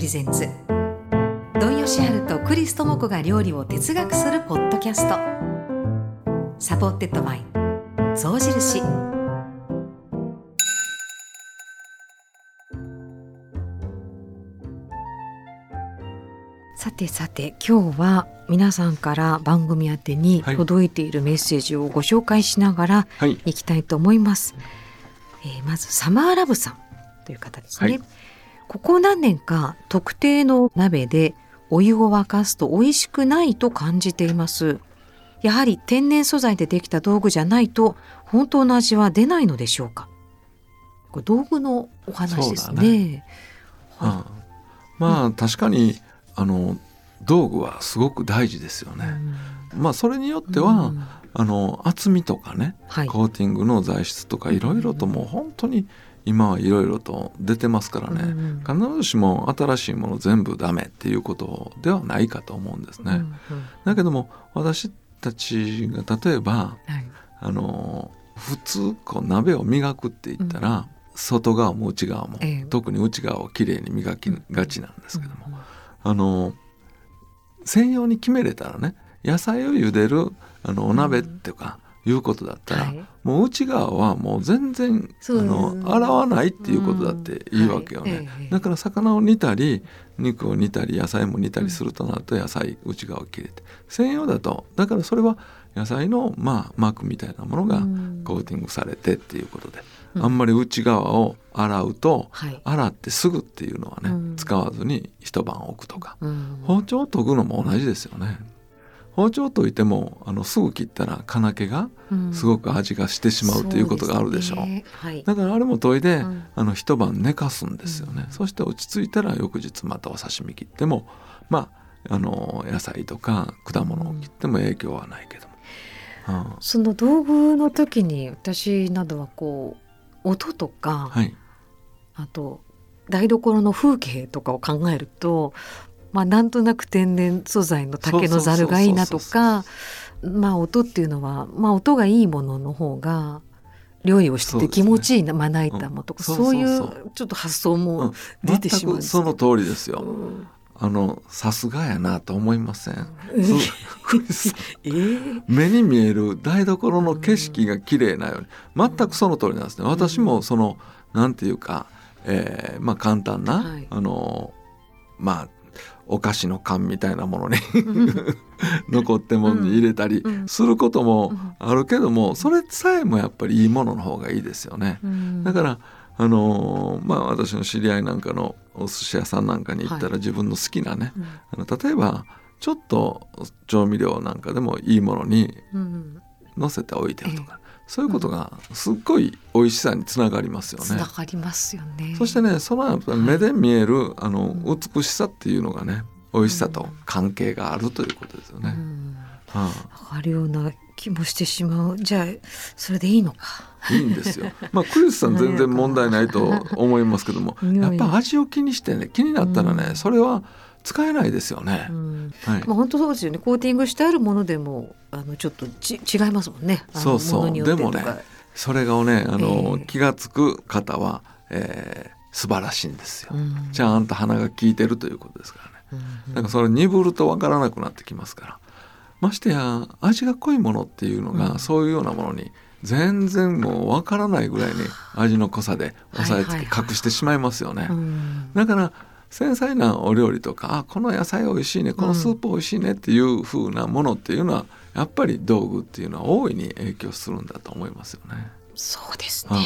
リゼンツ、土井善晴とクリス智子が料理を哲学するポッドキャスト、サポーテッドバイ象印。さて今日は皆さんから番組宛てに届いているメッセージをご紹介しながらいきたいと思います。まずサマーラブさんという方ですね。ここ何年か特定の鍋でお湯を沸かすと美味しくないと感じています。やはり天然素材でできた道具じゃないと本当の味は出ないのでしょうか。これ道具のお話ですね。 確かに道具はすごく大事ですよね。それによっては、厚みとかね、コーティングの材質とかいろいろともう本当に今はいろいろと出てますからね、必ずしも新しいもの全部ダメっていうことではないかと思うんですね。だけども私たちが例えば、普通鍋を磨くって言ったら、外側も内側も、特に内側をきれいに磨きがちなんですけども、専用に決めれたらね、野菜を茹でるお鍋ってかいうことだったら、もう内側はもう全然洗わないっていうことだっていいわけよね。だから魚を煮たり肉を煮たり野菜も煮たりするとなると、野菜内側を切れて、専用だとだからそれは野菜の膜みたいなものがコーティングされてっていうことで、あんまり内側を洗うと、洗ってすぐっていうのはね、使わずに一晩置くとか、包丁を研ぐのも同じですよね。包丁を研いてもすぐ切ったら金気がすごく味がしてしまうということがあるでしょう。だからあれも研いで、一晩寝かすんですよね。そして落ち着いたら翌日またお刺身切っても、野菜とか果物を切っても影響はないけども、 その道具の時に私などは音とか、あと台所の風景とかを考えると、なんとなく天然素材の竹のざるがいいなとか、音っていうのは、音がいいものの方が料理をしてて気持ちいいな、まな板もとか、そういうちょっと発想も出てしまうんですけど、 全くその通りですよ。さすがやなと思いません？目に見える台所の景色が綺麗なように、全くその通りなんですね。私もなんていうか、簡単な、お菓子の缶みたいなものに残ってものに入れたりすることもあるけども、それさえもやっぱりいいものの方がいいですよね。だから私の知り合いなんかのお寿司屋さんなんかに行ったら、自分の好きなね、例えばちょっと調味料なんかでもいいものに乗せておいてるとか、そういうことがすっごい美味しさにつながりますよね。 つながりますよね。 そしてね、その目で見える美しさっていうのがね、美味しさと関係があるということですよね。 あるような気もしてしまう。じゃあそれでいいのか。 いいんですよ。クリスさん全然問題ないと思いますけどもやっぱ味を気にしてね、気になったらね、それは使えないですよね。 本当そうですよね。コーティングしてあるものでもちょっと違いますもんね。 でもね、それがね気がつく方は、素晴らしいんですよ。ちゃんと鼻が利いてるということですからね。だからそれ鈍ると分からなくなってきますから、ましてや味が濃いものっていうのが、そういうようなものに全然もう分からないぐらいに味の濃さで抑えつけ隠してしまいますよね。だから繊細なお料理とか、この野菜おいしいね、このスープおいしいねっていう風なものっていうのは、やっぱり道具っていうのは大いに影響するんだと思いますよね。 そうですね。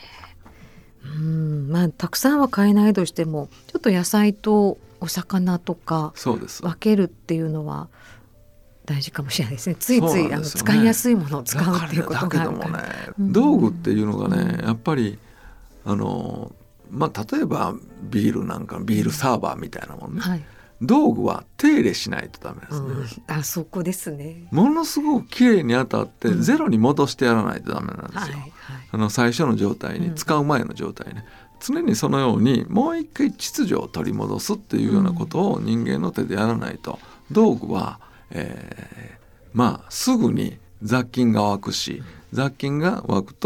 たくさんは買えないとしても、ちょっと野菜とお魚とか分けるっていうのは大事かもしれないですね。ついつい使いやすいものを使うっていうことがあるから。だけどもね、 道具っていうのがね、やっぱり例えばビールなんかビールサーバーみたいなもんね、道具は手入れしないとダメですね。そこですね。ものすごくきれいに当たってゼロに戻してやらないとダメなんですよ。最初の状態に、使う前の状態ね、常にそのようにもう一回秩序を取り戻すっていうようなことを人間の手でやらないと、道具は、すぐに雑菌が湧くし、雑菌が湧くと、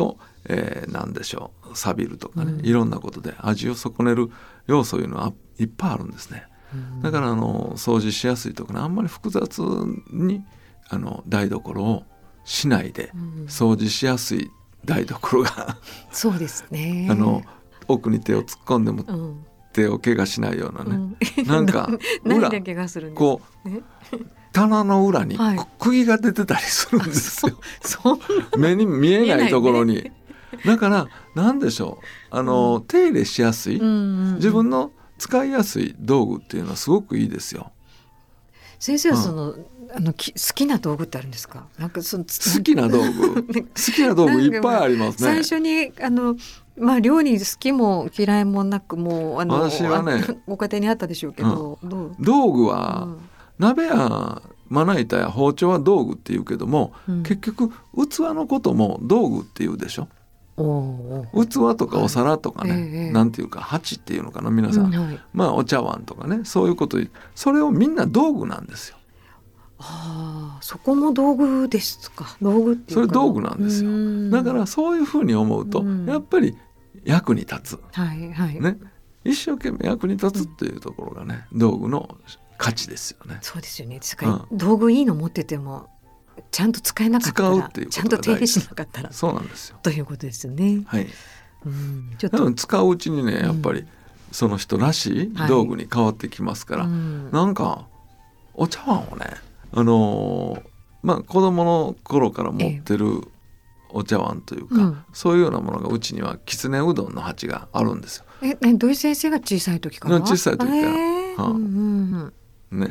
何でしょう、錆びるとかね、いろんなことで味を損ねる要素いうのはいっぱいあるんですね。だから掃除しやすいとかね、あんまり複雑に台所をしないで、掃除しやすい台所がそうですね、 奥に手を突っ込んでも、手を怪我しないようなね、なんか裏こう棚の裏に釘が出てたりするんですよ、目に見えないところに、だから何でしょう、手入れしやすい、自分の使いやすい道具っていうのはすごくいいですよ。 先生は好きな道具ってあるんですか？なんか好きな道具好きな道具いっぱいありますね。 最初に料理好きも嫌いもなく、もう私はねご家庭にあったでしょうけど、 道具は、鍋やまな板や包丁は道具っていうけども、結局器のことも道具っていうでしょ。器とかお皿とかね、なんていうか鉢っていうのかな、皆さん、お茶碗とかね、そういうこと、それをみんな道具なんですよ。 そこも道具ですか？道具っていうか、 それ道具なんですよ。だからそういうふうに思うと、やっぱり役に立つ、ね、一生懸命役に立つっていうところがね、道具の価値ですよね。 そうですよね。道具いいの持っててもちゃんと使えなかったら、 使うっていうことが大事、 ちゃんと手入れしなかったら、 そうなんですよということですよね。 ちょっと使ううちにね、やっぱりその人らしい道具に変わってきますから、なんかお茶碗をね、子供の頃から持ってるお茶碗というか、そういうようなものがうちにはきつねうどんの鉢があるんですよ。 土井先生が小さい時から？ 小さい時から、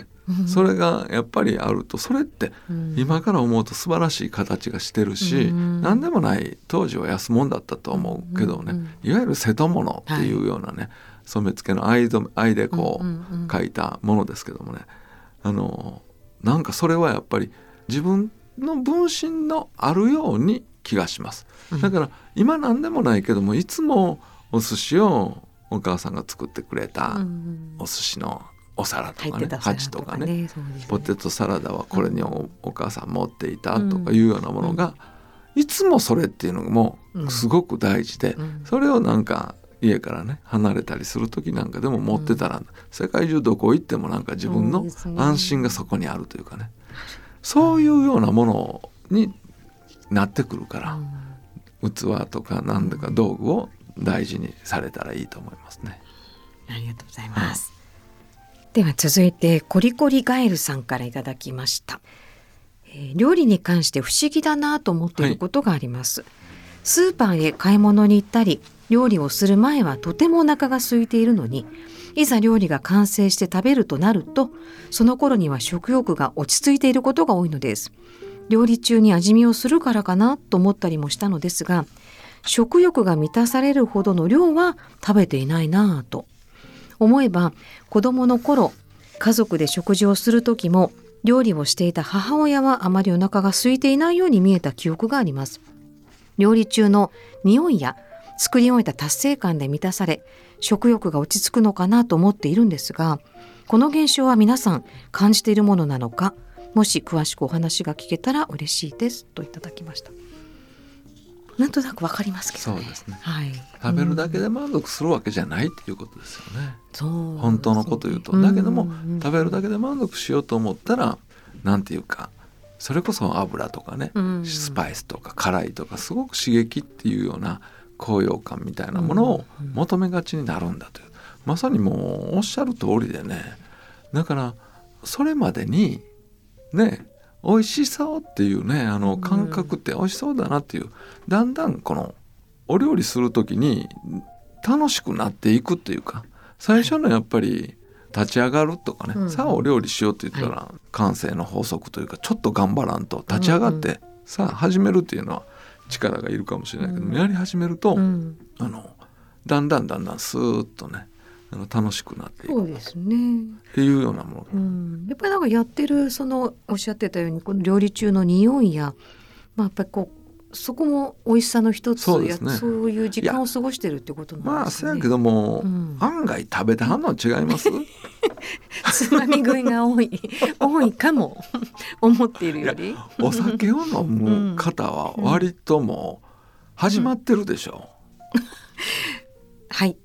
それがやっぱりあると、それって今から思うと素晴らしい形がしてるし、何でもない当時は安物だったと思うけどね、いわゆる瀬戸物っていうようなね、染付の藍でこう描いたものですけどもね、なんかそれはやっぱり自分の分身のあるように気がします。だから今何でもないけども、いつもお寿司をお母さんが作ってくれたお寿司のお皿とかね、鉢とかね、ポテトサラダはこれに お母さん持っていたとかいうようなものが、いつもそれっていうのもすごく大事で、それをなんか家からね離れたりする時なんかでも持ってたら、世界中どこ行ってもなんか自分の安心がそこにあるというかね、そういうようなものになってくるから、器とか何だか道具を大事にされたらいいと思いますね。 ありがとうございます。では続いてコリコリガエルさんからいただきました。料理に関して不思議だなと思っていることがあります。スーパーへ買い物に行ったり、料理をする前はとてもお腹が空いているのに、いざ料理が完成して食べるとなると、その頃には食欲が落ち着いていることが多いのです。料理中に味見をするからかなと思ったりもしたのですが、食欲が満たされるほどの量は食べていないなぁと思えば、子供の頃家族で食事をする時も料理をしていた母親はあまりお腹が空いていないように見えた記憶があります。料理中の匂いや作り終えた達成感で満たされ、食欲が落ち着くのかなと思っているんですが、この現象は皆さん感じているものなのか、もし詳しくお話が聞けたら嬉しいですといただきました。なんとなくわかりますけどね。 そうですね、食べるだけで満足するわけじゃないっていうことですよね。本当のこと言うと、だけども、食べるだけで満足しようと思ったら、なんていうか、それこそ油とかね、スパイスとか辛いとかすごく刺激っていうような高揚感みたいなものを求めがちになるんだという、まさにもうおっしゃる通りでね。だからそれまでにね、美味しそうっていうね、感覚って美味しそうだなっていう、だんだんこのお料理する時に楽しくなっていくっていうか、最初のやっぱり立ち上がるとかね、さあお料理しようって言ったら、感性の法則というか、ちょっと頑張らんと立ち上がって、さあ始めるっていうのは力がいるかもしれないけど、やり始めると、だんだんスーッとね、楽しくなっていく。 そうですね。 っていうようなもの、 やっぱりなんかやってる、おっしゃってたように、この料理中の匂いや、やっぱりこうそこも美味しさの一つ、そういう時間を過ごしてるってことなんですね。 そうやけども、案外食べてはんの違いますつまみ食いが多いかも思っているより、 お酒を飲む方は割とも始まってるでしょ、 はい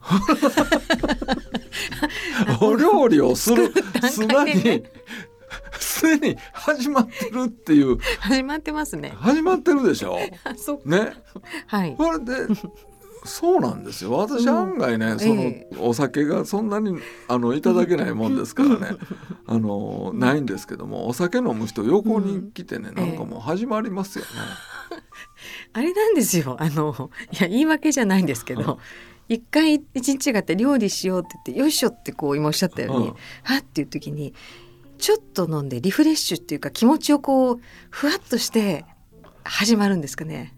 お料理をするすらにすでに始まってるっていう。 始まってますね。 始まってるでしょね。 はい。 これでそうなんですよ。私案外ね、そのお酒がそんなにいただけないもんですからねないんですけども、お酒飲む人横に来てね、なんかもう始まりますよね。 あれなんですよ。いや言い訳じゃないんですけど、一回一日があって料理しようって言ってよいしょってこう今おっしゃったように、はっていう時にちょっと飲んでリフレッシュっていうか気持ちをこうふわっとして始まるんですかね。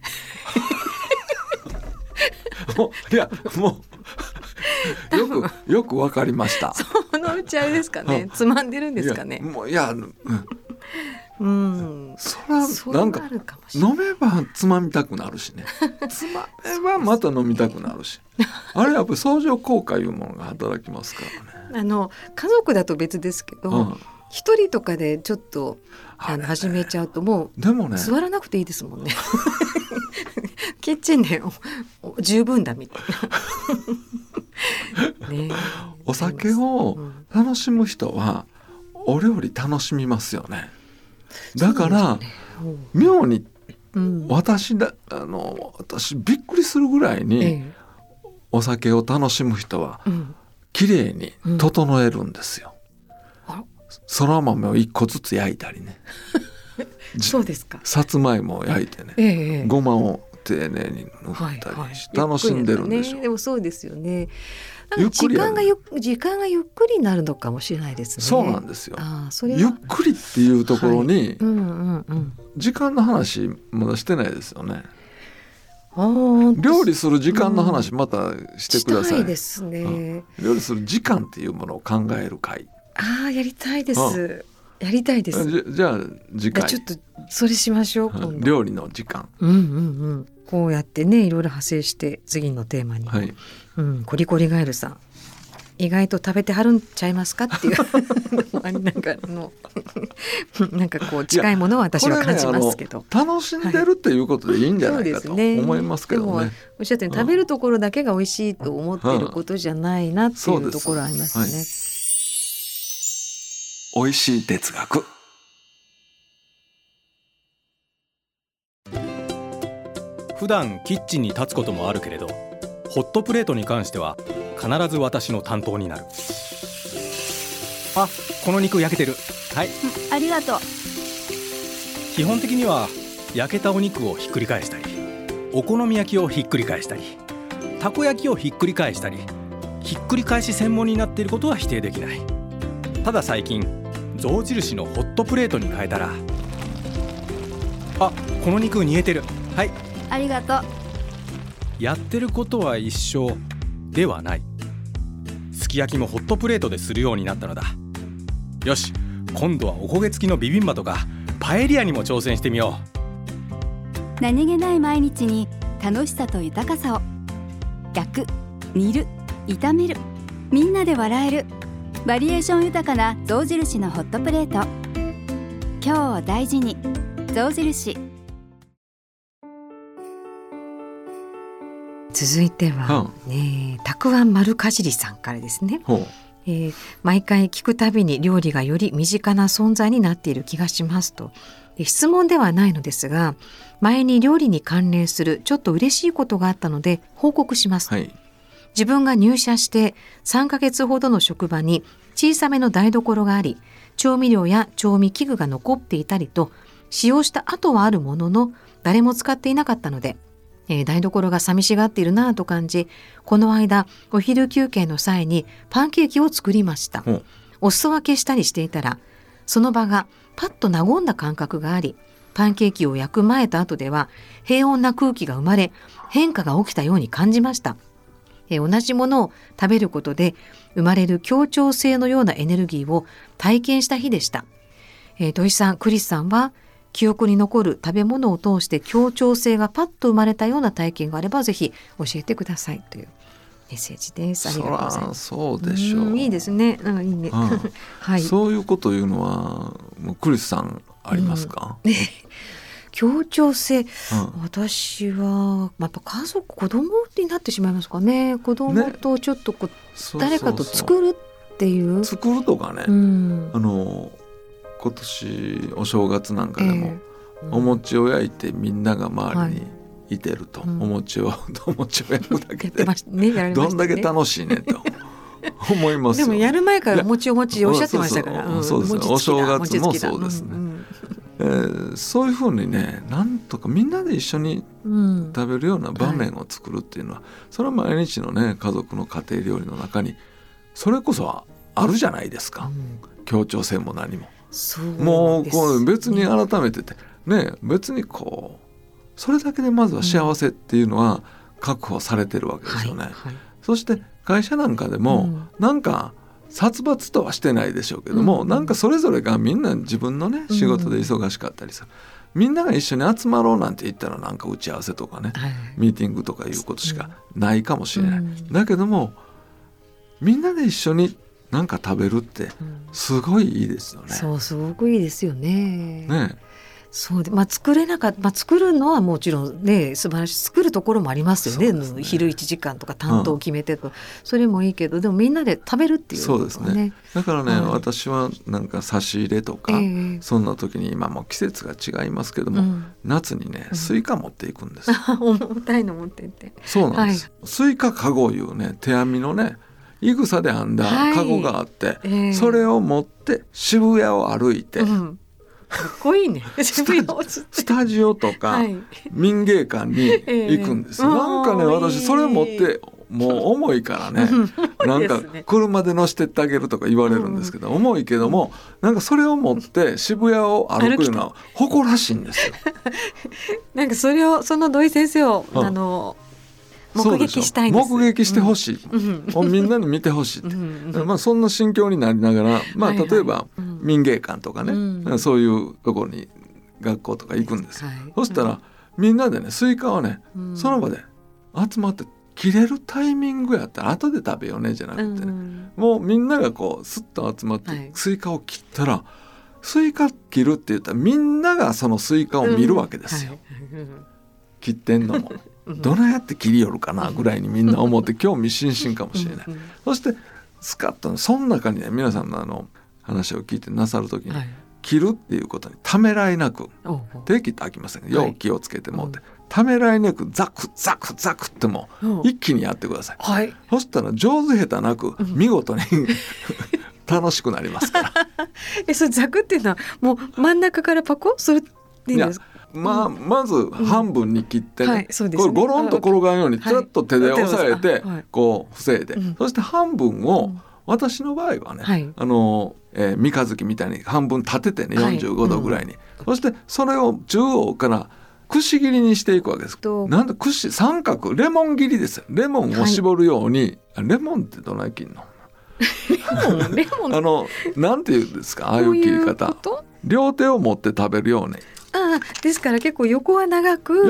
いやもうよくわかりました。 そのうちあれですかね、つまんでるんですかね。 もういやそらなんか飲めばつまみたくなるしねつまめばまた飲みたくなるしあれやっぱり相乗効果いうものが働きますからね。 家族だと別ですけど、一人とかでちょっと始めちゃうともうでも、ね、座らなくていいですもんねキッチンで十分だみたいなね。 お酒を楽しむ人はお料理楽しみますよね。だから、妙に私びっくりするぐらいに、お酒を楽しむ人はきれいに整えるんですよ。そら豆を1個ずつ焼いたりねそうですか。 さつまいもを焼いてね、ごまを丁寧に塗ったりして楽しんでるんでしょ。 でもそうですよね。時間がゆっくりになるのかもしれないですね。 そうなんですよ。ゆっくりっていうところに、時間の話まだしてないですよね。料理する時間の話またしてください。 したいですね。 料理する時間っていうものを考える会。 やりたいです。やりたいです。 じゃあ次回ちょっとそれしましょう。今度料理の時間。 こうやってねいろいろ派生して次のテーマに。コリコリガエルさん意外と食べてはるんちゃいますかっていうなんかこう近いものは私は感じますけど、 楽しんでるっていうことでいいんじゃないかと思いますけどね。 おっしゃったように食べるところだけが美味しいと思っていることじゃないなっていうところありますね。 美味しい哲学。 普段キッチンに立つこともあるけれど、ホットプレートに関しては必ず私の担当になる。あ、この肉焼けてる。はい、 ありがとう。 基本的には焼けたお肉をひっくり返したり、お好み焼きをひっくり返したり、たこ焼きをひっくり返したり、ひっくり返し専門になっていることは否定できない。ただ最近象印のホットプレートに変えたら、あ、この肉煮えてる。はい、 ありがとう。 やってることは一緒ではない。すき焼きもホットプレートでするようになったのだ。よし、今度はおこげ付きのビビンバとかパエリアにも挑戦してみよう。何気ない毎日に楽しさと豊かさを。焼く、煮る、炒める、みんなで笑えるバリエーション豊かな象印のホットプレート。今日を大事に、象印。 続いては、たくあん丸かじりさんからですね。毎回聞くたびに料理がより身近な存在になっている気がしますと。質問ではないのですが、前に料理に関連するちょっと嬉しいことがあったので報告します。自分が入社して3ヶ月ほどの職場に小さめの台所があり、調味料や調味器具が残っていたりと、使用した跡はあるものの誰も使っていなかったので、台所が寂しがっているなぁと感じ、この間お昼休憩の際にパンケーキを作りました。お裾分けしたりしていたら、その場がパッと和んだ感覚があり、パンケーキを焼く前と後では平穏な空気が生まれ、変化が起きたように感じました。同じものを食べることで生まれる協調性のようなエネルギーを体験した日でした。土井さん、クリスさんは記憶に残る食べ物を通して協調性がパッと生まれたような体験があればぜひ教えてくださいというメッセージです。ありがとうございます。 そうでしょう。 いいですね。いいね。 そういうこというのはもうクリスさんありますか？ 協調性、私はやっぱ家族子供になってしまいますかね。子供とちょっと誰かと作るっていう作るとかね、今年お正月なんかでも、お餅を焼いてみんなが周りにいてると、お餅を焼くだけでどんだけ楽しいねと思いますよ。 でもやる前からお餅おっしゃってましたから。 そうですね、お正月もそうですね。そういうふうにね、なんとかみんなで一緒に食べるような場面を作るっていうのは、それは毎日のね家族の家庭料理の中にそれこそあるじゃないですか、協調性も何も。もうこう別に改めててね、別にこうそれだけでまずは幸せっていうのは確保されてるわけですよね。そして会社なんかでも、なんか殺伐とはしてないでしょうけども、なんかそれぞれがみんな自分のね仕事で忙しかったりさ、みんなが一緒に集まろうなんて言ったらなんか打ち合わせとかね、ミーティングとかいうことしかないかもしれない、だけどもみんなで一緒になんか食べるってすごいいいですよね。 そう、すごくいいですよね。そうで、作れなかった、作るのはもちろんね素晴らしい、作るところもありますよ ね。昼1時間とか担当を決めてと、それもいいけど、でもみんなで食べるっていうのはね。 そうですね。だからね、私はなんか差し入れとか、そんな時に今も季節が違いますけども、夏にねスイカ持っていくんですよ。 重たいの持ってって。 そうなんです、スイカカゴいうね手編みのねいぐさで編んだカゴがあって、それを持って渋谷を歩いて、 かっこいいねスタジオとか民芸館に行くんですよ、なんかね私それ持ってもう重いからねなんか車で乗せてってあげるとか言われるんですけど、重いけどもなんかそれを持って渋谷を歩くのは誇らしいんですよなんかその土井先生を目撃したいんです。 目撃してほしい、みんなに見てほしいってそんな心境になりながら、例えば民芸館とかね、そういうところに学校とか行くんですよ、そしたらみんなでねスイカをね、その場で集まって切れるタイミングやったら後で食べようねじゃなくてね、もうみんながこうスッと集まってスイカを切ったら、スイカ切るって言ったらみんながそのスイカを見るわけですよ、切ってんのもどないやって切りよるかなぐらいにみんな思って興味津々かもしれないそしてスカッとその中にね、皆さんの話を聞いてなさる時に、切るっていうことにためらいなく、手切って飽きません、よう気をつけてもって、ためらいなくザクザクザクっても一気にやってください、そしたら上手下手なく見事に楽しくなりますからそれザクっていうのはもう真ん中からパコするっていうんですか。 まず半分に切ってね、これゴロンと転がるようにちょっと手で押さえてこう防いで、そして半分を私の場合はね、三日月みたいに半分立ててね、45度ぐらいに、そしてそれを中央からくし切りにしていくわけです。なんで三角レモン切りですよ。レモンを絞るように、レモンってどない切んのレモンなんていうんですか、ああいう切り方、両手を持って食べるように。 ですから結構横は長く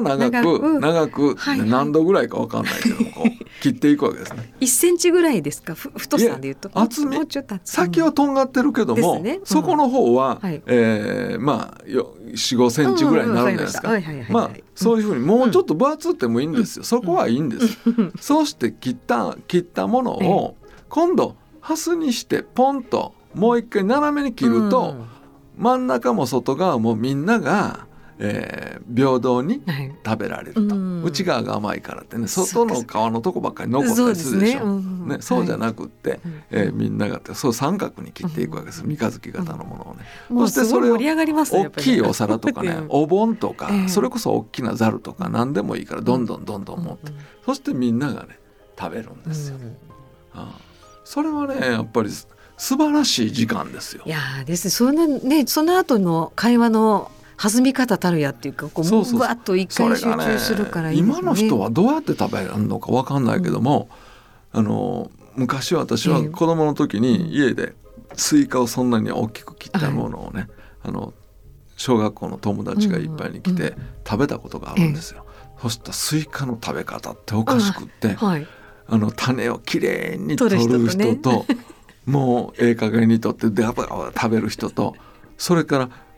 何度ぐらいか分かんないけどもこう切っていくわけですね。 1センチぐらいですか、太さでいうと。 厚み、先はとんがってるけども、そこの方は、4,5 センチぐらいになるんじゃないですか。そういうふうにもうちょっと分厚ってもいいんですよ、そこはいいんです、そうして切ったものを今度ハスにしてポンともう一回斜めに切ると、真ん中も外側もみんなが、平等に食べられると、内側が甘いからってね、外の皮のとこばっかり残ったりするでしょ。そうじゃなくって、みんながそう三角に切っていくわけです、三日月型のものをね。そしてそれを大きいお皿とかねお盆とか、それこそ大きなざるとか何でもいいからどんどん持って、そしてみんながね食べるんですよ。それはねやっぱり素晴らしい時間ですよ。 いやですその後の会話の弾み方たるやっていうか、こうわっと一回集中するからいいですね。 今の人はどうやって食べるのか分かんないけども、昔私は子供の時に家でスイカをそんなに大きく切ったものをね、小学校の友達がいっぱいに来て食べたことがあるんですよ。そしたらスイカの食べ方っておかしくって、種をきれいに取る人ともうええ加減に取ってガバガバ食べる人と、それから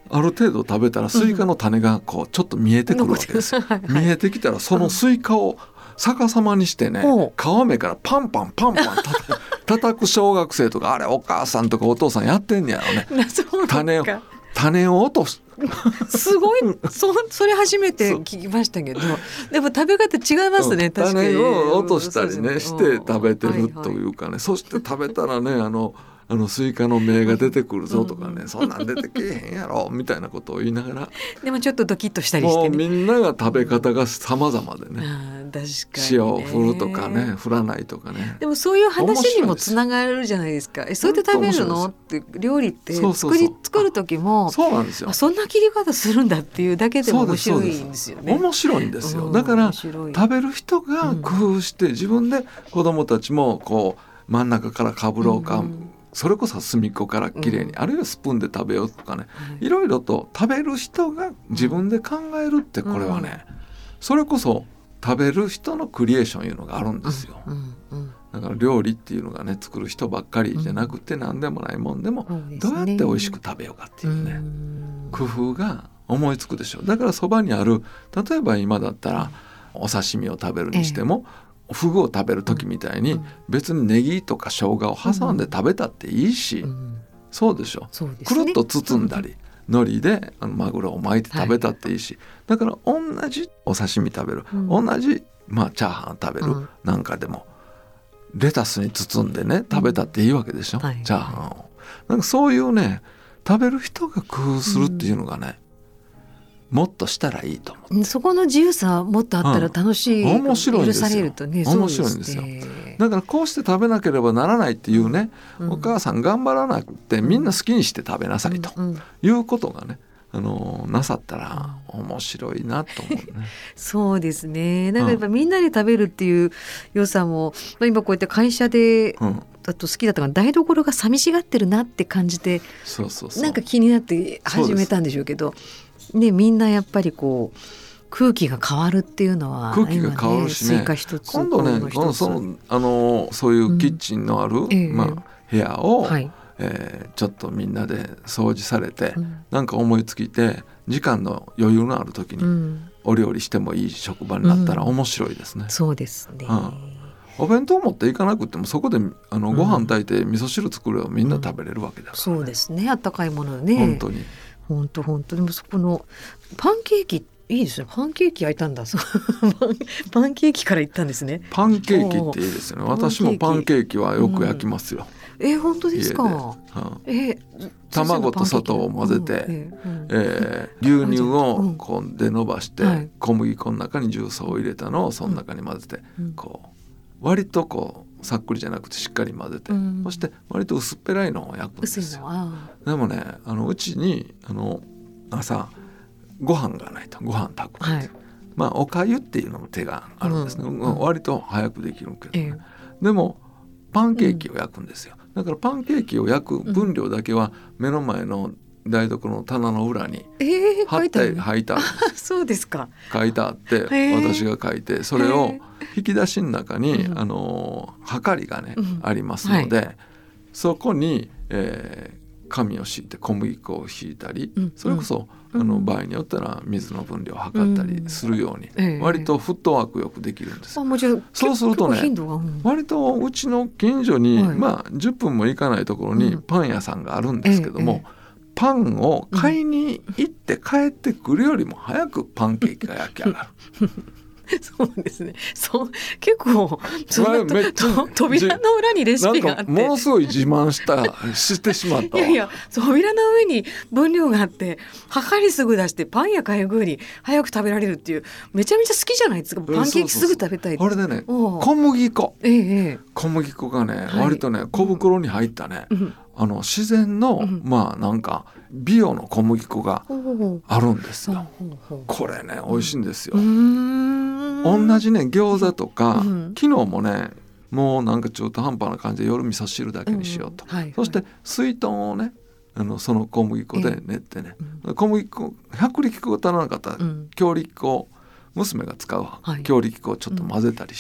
ある程度食べたらスイカの種がこうちょっと見えてくるわけですよ、見えてきたらそのスイカを逆さまにしてね、皮目からパンパンパンパン叩く小学生とか、あれお母さんとかお父さんやってんねやろね。種を落とすすごいそれ初めて聞きましたけど、でも食べ方違いますね、確かに。 種を落としたりねして食べてるというかね、そして食べたらねスイカの芽が出てくるぞとかね、そんなん出てけえへんやろみたいなことを言いながら、 でもちょっとドキッとしたりして、ね、 もうみんなが食べ方が様々でね、 確かにね、 塩を振るとかね振らないとかね。 でもそういう話にもつながるじゃないですか。そうやって食べるのって料理って作る時もそうなんですよ。 そんな切り方するんだっていうだけでも面白いんですよね。 面白いんですよ。だから食べる人が工夫して自分で子どもたちもこう真ん中からかぶろうか、それこそ隅っこからきれいに、あるいはスプーンで食べようとかね、いろいろと食べる人が自分で考えるって、これはね、それこそ食べる人のクリエーションいうのがあるんですよ。だから料理っていうのがね、作る人ばっかりじゃなくて、何でもないもんでもどうやって美味しく食べようかっていうね、工夫が思いつくでしょ。だからそばにある、例えば今だったらお刺身を食べるにしても、フグを食べる時みたいに別にネギとか生姜を挟んで食べたっていいし、そうでしょ。くるっと包んだり海苔でマグロを巻いて食べたっていいし、だから同じお刺身食べる、同じチャーハン食べるなんかでもレタスに包んでね食べたっていいわけでしょ、チャーハンを。なんかそういうね、食べる人が工夫するっていうのがね、もっとしたらいいと思って、 そこの自由さもっとあったら楽しい、 面白い許されるとね、 面白いんですよ。だからこうして食べなければならないっていうね、お母さん頑張らなくてみんな好きにして食べなさいということがね、なさったら面白いなと思うね。 そうですね。なんかやっぱみんなで食べるっていう良さも、今こうやって会社でだと好きだったから、台所が寂しがってるなって感じて、なんか気になって始めたんでしょうけどね、みんなやっぱりこう空気が変わるっていうのは、 空気が変わるしね、今度ね、そういうキッチンのある、部屋を、ちょっとみんなで掃除されて、なんか思いつきて時間の余裕のある時にお料理してもいい職場になったら面白いですね。 そうですね。 お弁当持っていかなくてもそこでご飯炊いて味噌汁作ればみんな食べれるわけだから、ね、 そうですね。あったかいものね。 本当に本当でもそこのパンケーキいいですね。パンケーキ焼いたんだ。パンケーキから行ったんですね。 パンケーキっていいですよね。私もパンケーキはよく焼きますよ。 本当ですか。 卵と砂糖を混ぜて、牛乳をこうで伸ばして、小麦粉の中に重曹を入れたのをその中に混ぜて、こう割とこうさっくりじゃなくてしっかり混ぜて、そして割と薄っぺらいのを焼くんですよ。でもね、うちに朝ご飯がないと、ご飯炊くって、おかゆっていうのも手があるんですね。割と早くできるけど、ね、でもパンケーキを焼くんですよ。だからパンケーキを焼く分量だけは目の前の台所の棚の裏に貼って書いてあるんです。 そうですか。 書いてあって、私が書いて、それを引き出しの中にはかりがね、ありますので、そこに、紙を敷いて小麦粉を敷いたり、それこそ場合によったら水の分量を測ったりするように、割とフットワークよくできるんです。そうするとね、割とうちの近所に、10分も行かないところにパン屋さんがあるんですけども、パンを買いに行って帰ってくるよりも早くパンケーキが焼き上がる。 そうですね。結構扉の裏にレシピがあって、 なんかものすごい自慢してしまったわ。 いや扉の上に分量があって、測りすぐ出してパンやかゆぐに早く食べられるっていう、めちゃめちゃ好きじゃないですか。パンケーキすぐ食べたい。 あれでね、小麦粉がね、割とね小袋に入ったね、自然の、なんかビオの小麦粉があるんですよ。これね美味しいんですよ。同じね餃子とか、昨日もね、もうなんか中途半端な感じで夜味噌汁だけにしようと、そして水豚をねその小麦粉で練ってね、小麦粉薄力粉が足らなかったら、強力粉、娘が使う強力粉をちょっと混ぜたりして、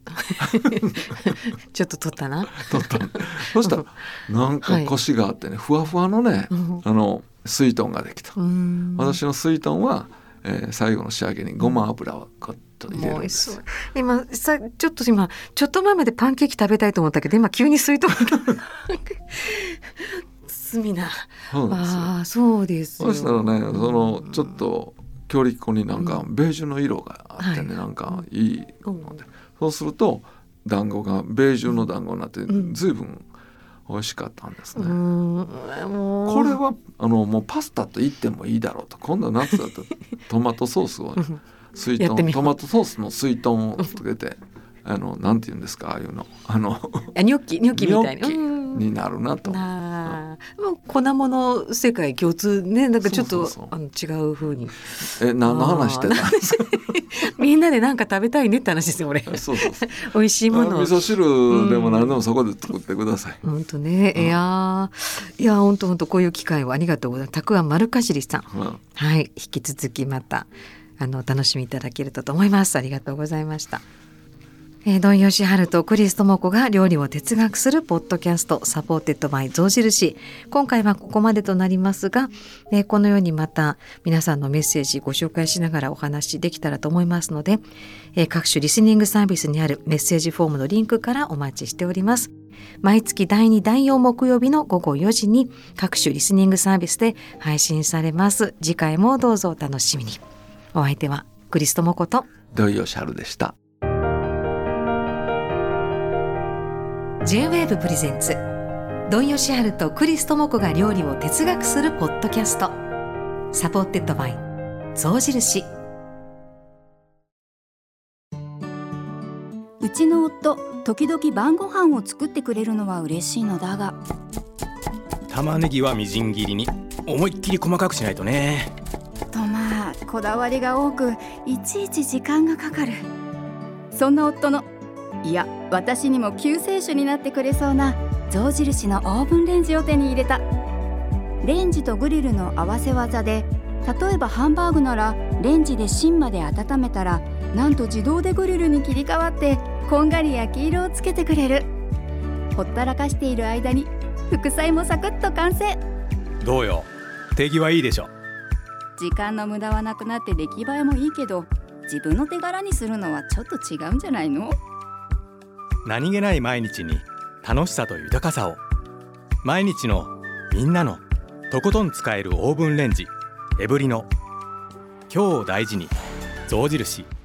ちょっと取ったそしたらなんかコシがあってね、ふわふわのね、 すいとんができた。私のすいとんは、最後の仕上げにごま油をこっと入れるんですよ。 今ちょっと前までパンケーキ食べたいと思ったけど、今急にすいとん罪な。そうです。 そしたらね、ちょっと強力粉になんかベージュの色があってね、なんかいいので、そうすると団子がベージュの団子になって随分美味しかったんですね。これはもうパスタと言ってもいいだろうと。今度は夏だとトマトソースをすいとん、トマトソースのすいとんをつけてなんて言うんですか、ああいうのニョッキみたいなになるなと。 粉物世界共通ね。なんかちょっと違う風に。 何の話してたみんなでなんか食べたいねって話ですよ俺。 そう美味しいものを。 味噌汁でも何でもそこで作ってください。 本当ね。いや本当こういう機会をありがとうございます。たくあん丸かじりさん、はい、引き続きまた楽しみいただけると思います。ありがとうございました。土井善晴とクリス智子が料理を哲学するポッドキャスト、サポーテッドバイ象印。今回はここまでとなりますが、このようにまた皆さんのメッセージご紹介しながらお話できたらと思いますので、各種リスニングサービスにあるメッセージフォームのリンクからお待ちしております。毎月第2第4木曜日の午後4時に各種リスニングサービスで配信されます。次回もどうぞお楽しみに。お相手はクリス智子と土井善晴でした。 J-WAVE プレゼンツ土井善晴とクリス智子が料理を哲学するポッドキャスト、サポーテッドバイ象印。 うちの夫、時々晩ご飯を作ってくれるのは嬉しいのだが、 玉ねぎはみじん切りに思いっきり細かくしないとね。 とこだわりが多くいちいち時間がかかる。そんな夫の、いや私にも救世主になってくれそうな象印のオーブンレンジを手に入れた。レンジとグリルの合わせ技で、例えばハンバーグならレンジで芯まで温めたら、なんと自動でグリルに切り替わってこんがり焼き色をつけてくれる。ほったらかしている間に副菜もサクッと完成。 どうよ、手際いいでしょ。 時間の無駄はなくなって出来栄えもいいけど、自分の手柄にするのはちょっと違うんじゃないの？ 何気ない毎日に楽しさと豊かさを。毎日のみんなのとことん使えるオーブンレンジエブリノ。今日を大事に象印。